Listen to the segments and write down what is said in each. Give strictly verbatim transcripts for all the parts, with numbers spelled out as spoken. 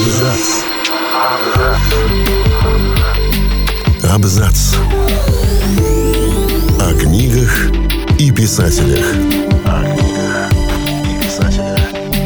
Абзац. Абзац. О книгах и писателях. О книгах и писателях.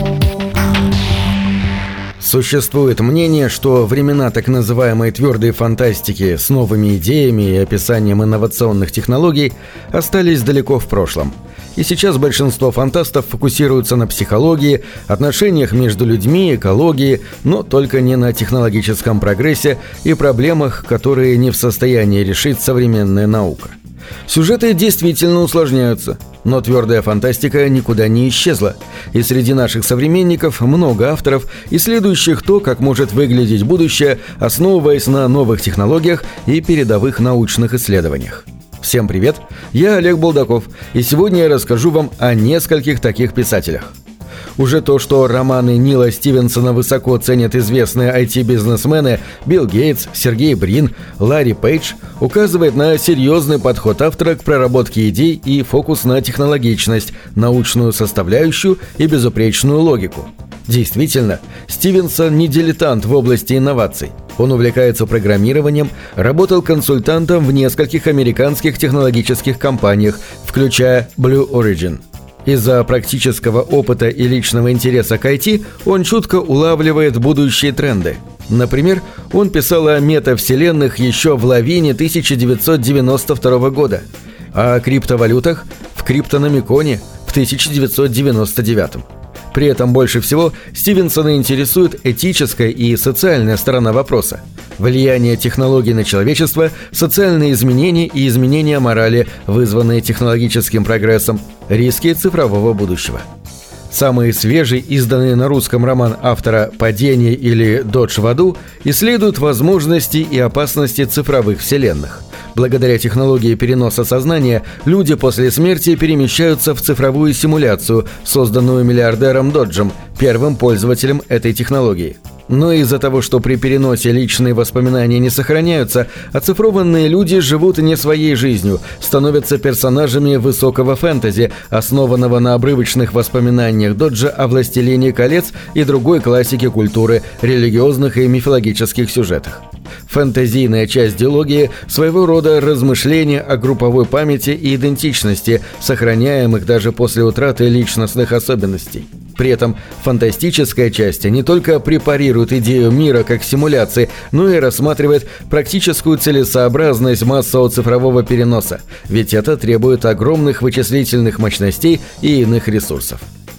Существует мнение, что времена так называемой твердой фантастики с новыми идеями и описанием инновационных технологий остались далеко в прошлом. И сейчас большинство фантастов фокусируются на психологии, отношениях между людьми, экологии, но только не на технологическом прогрессе и проблемах, которые не в состоянии решить современная наука. Сюжеты действительно усложняются, но твердая фантастика никуда не исчезла, и среди наших современников много авторов, исследующих то, как может выглядеть будущее, основываясь на новых технологиях и передовых научных исследованиях. Всем привет, я Олег Булдаков, и сегодня я расскажу вам о нескольких таких писателях. Уже то, что романы Нила Стивенсона высоко ценят известные ай ти-бизнесмены Билл Гейтс, Сергей Брин, Ларри Пейдж, указывает на серьезный подход автора к проработке идей и фокус на технологичность, научную составляющую и безупречную логику. Действительно, Стивенсон не дилетант в области инноваций. Он увлекается программированием, работал консультантом в нескольких американских технологических компаниях, включая Blue Origin. Из-за практического опыта и личного интереса к ай ти он чутко улавливает будущие тренды. Например, он писал о метавселенных еще в лавине тысяча девятьсот девяносто второго года, а о криптовалютах в Криптономиконе в тысяча девятьсот девяносто девятом. При этом больше всего Стивенсона интересует этическая и социальная сторона вопроса. Влияние технологий на человечество, социальные изменения и изменения морали, вызванные технологическим прогрессом, риски цифрового будущего. Самый свежий, изданный на русском роман автора «Падение» или «Додж в аду» исследует возможности и опасности цифровых вселенных. Благодаря технологии переноса сознания люди после смерти перемещаются в цифровую симуляцию, созданную миллиардером Доджем, первым пользователем этой технологии. Но из-за того, что при переносе личные воспоминания не сохраняются, оцифрованные люди живут не своей жизнью, становятся персонажами высокого фэнтези, основанного на обрывочных воспоминаниях Доджа о «Властелине колец» и другой классике культуры, религиозных и мифологических сюжетах. Фэнтезийная часть дилогии – своего рода размышления о групповой памяти и идентичности, сохраняемых даже после утраты личностных особенностей. При этом фантастическая часть не только препарирует идею мира как симуляции, но и рассматривает практическую целесообразность массового цифрового переноса, ведь это требует огромных вычислительных мощностей и иных ресурсов.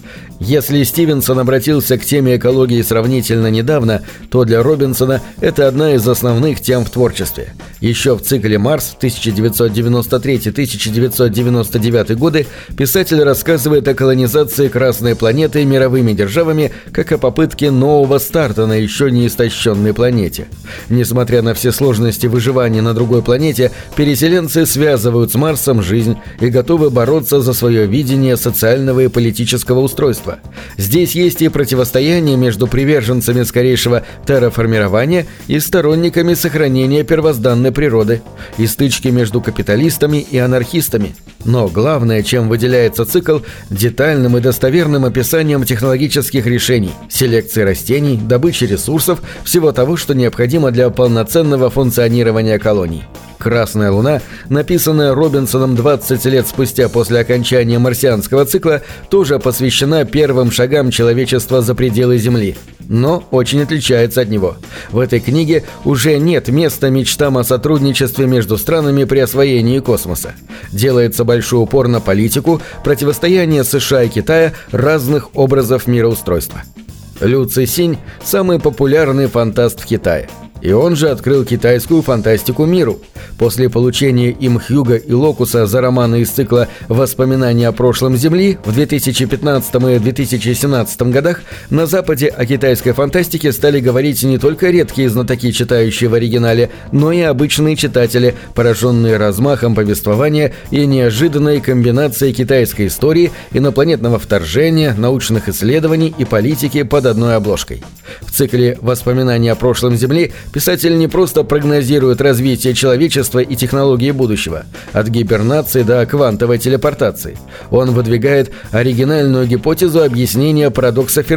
Если Стивенсон обратился к теме экологии сравнительно недавно, то для Робинсона это одна из основных тем в творчестве. Еще в цикле «Марс» тысяча девятьсот девяносто третий — тысяча девятьсот девяносто девятый годы писатель рассказывает о колонизации Красной планеты мировыми державами как о попытке нового старта на еще не истощенной планете. Несмотря на все сложности выживания на другой планете, переселенцы связывают с Марсом жизнь и готовы бороться за свое видение социального и политического устройства. Здесь есть и противостояние между приверженцами скорейшего терраформирования и сторонниками сохранения первозданной природы, и стычки между капиталистами и анархистами. Но главное, чем выделяется цикл, детальным и достоверным описанием технологических решений, селекции растений, добычи ресурсов, всего того, что необходимо для полноценного функционирования колоний. «Красная луна», написанная Робинсоном двадцать лет спустя после окончания марсианского цикла, тоже посвящена первым шагам человечества за пределы Земли, но очень отличается от него. В этой книге уже нет места мечтам о сотрудничестве между странами при освоении космоса. Делается большой упор на политику, противостояние США и Китая, разных образов мироустройства. Лю Цисинь – самый популярный фантаст в Китае. И он же открыл китайскую фантастику миру. После получения им Хьюга и Локуса за романы из цикла «Воспоминания о прошлом Земли» в две тысячи пятнадцатом и две тысячи семнадцатом годах на Западе о китайской фантастике стали говорить не только редкие знатоки, читающие в оригинале, но и обычные читатели, пораженные размахом повествования и неожиданной комбинацией китайской истории, инопланетного вторжения, научных исследований и политики под одной обложкой. В цикле «Воспоминания о прошлом Земли» писатель не просто прогнозирует развитие человечества и технологии будущего, от гибернации до квантовой телепортации. Он выдвигает оригинальную гипотезу объяснения парадокса Ферми,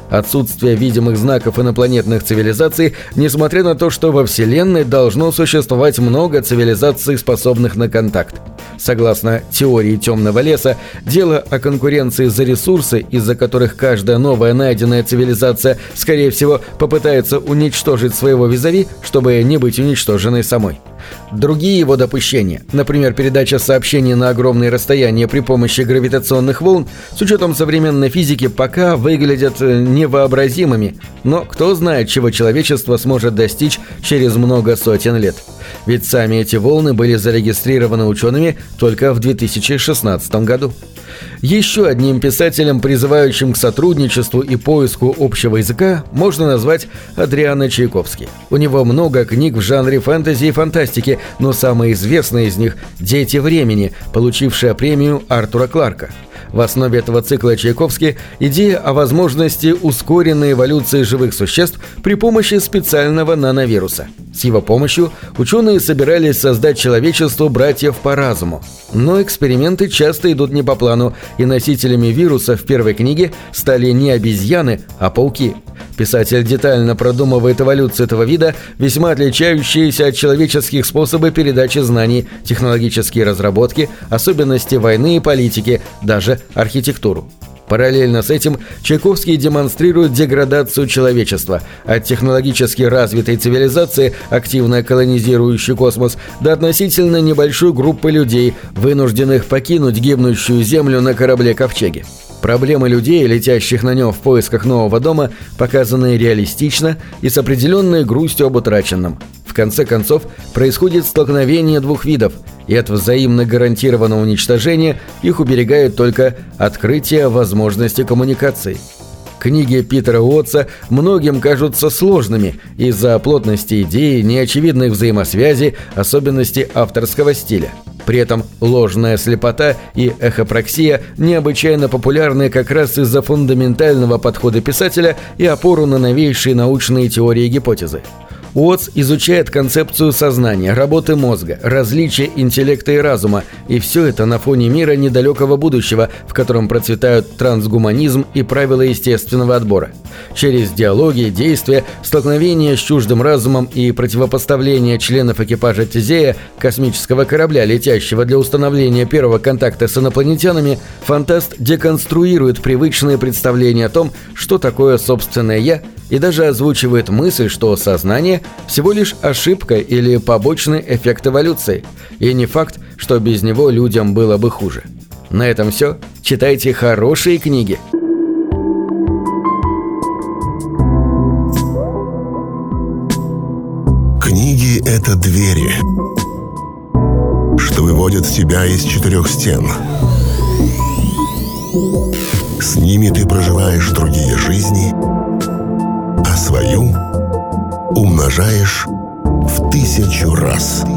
Отсутствие видимых знаков инопланетных цивилизаций, несмотря на то, что во Вселенной должно существовать много цивилизаций, способных на контакт. Согласно теории темного леса, дело о конкуренции за ресурсы, из-за которых каждая новая найденная цивилизация, скорее всего, попытается уничтожить своего визави, чтобы не быть уничтоженной самой. Другие его допущения, например, передача сообщений на огромные расстояния при помощи гравитационных волн, с учетом современной физики, пока выглядят невообразимыми, но кто знает, чего человечество сможет достичь через много сотен лет. Ведь сами эти волны были зарегистрированы учеными только в две тысячи шестнадцатом году. Еще одним писателем, призывающим к сотрудничеству и поиску общего языка, можно назвать Адриана Чайковский. У него много книг в жанре фэнтези и фантастики, но самая известная из них «Дети времени», получившая премию Артура Кларка. В основе этого цикла Чайковский – идея о возможности ускоренной эволюции живых существ при помощи специального нановируса. С его помощью ученые собирались создать человечеству братьев по разуму. Но эксперименты часто идут не по плану, и носителями вируса в первой книге стали не обезьяны, а пауки. Писатель детально продумывает эволюцию этого вида, весьма отличающиеся от человеческих способы передачи знаний, технологические разработки, особенности войны и политики, даже архитектуру. Параллельно с этим Чайковский демонстрирует деградацию человечества от технологически развитой цивилизации, активно колонизирующей космос, до относительно небольшой группы людей, вынужденных покинуть гибнущую Землю на корабле-ковчеге. Проблемы людей, летящих на нем в поисках нового дома, показаны реалистично и с определенной грустью об утраченном. В конце концов, происходит столкновение двух видов, и от взаимно гарантированного уничтожения их уберегает только открытие возможности коммуникации. Книги Питера Уотса многим кажутся сложными из-за плотности идей, неочевидных взаимосвязей, особенностей авторского стиля. При этом ложная слепота и эхопраксия необычайно популярны как раз из-за фундаментального подхода писателя и опору на новейшие научные теории и гипотезы. Уотс изучает концепцию сознания, работы мозга, различия интеллекта и разума, и все это на фоне мира недалекого будущего, в котором процветают трансгуманизм и правила естественного отбора. Через диалоги, действия, столкновения с чуждым разумом и противопоставление членов экипажа Тезея, космического корабля, летящего для установления первого контакта с инопланетянами, фантаст деконструирует привычные представления о том, что такое собственное «я», и даже озвучивает мысль, что сознание – всего лишь ошибка или побочный эффект эволюции, и не факт, что без него людям было бы хуже. На этом все. Читайте хорошие книги. Книги — это двери, что выводят тебя из четырех стен. С ними ты проживаешь другие жизни, а свою умножаешь в тысячу раз.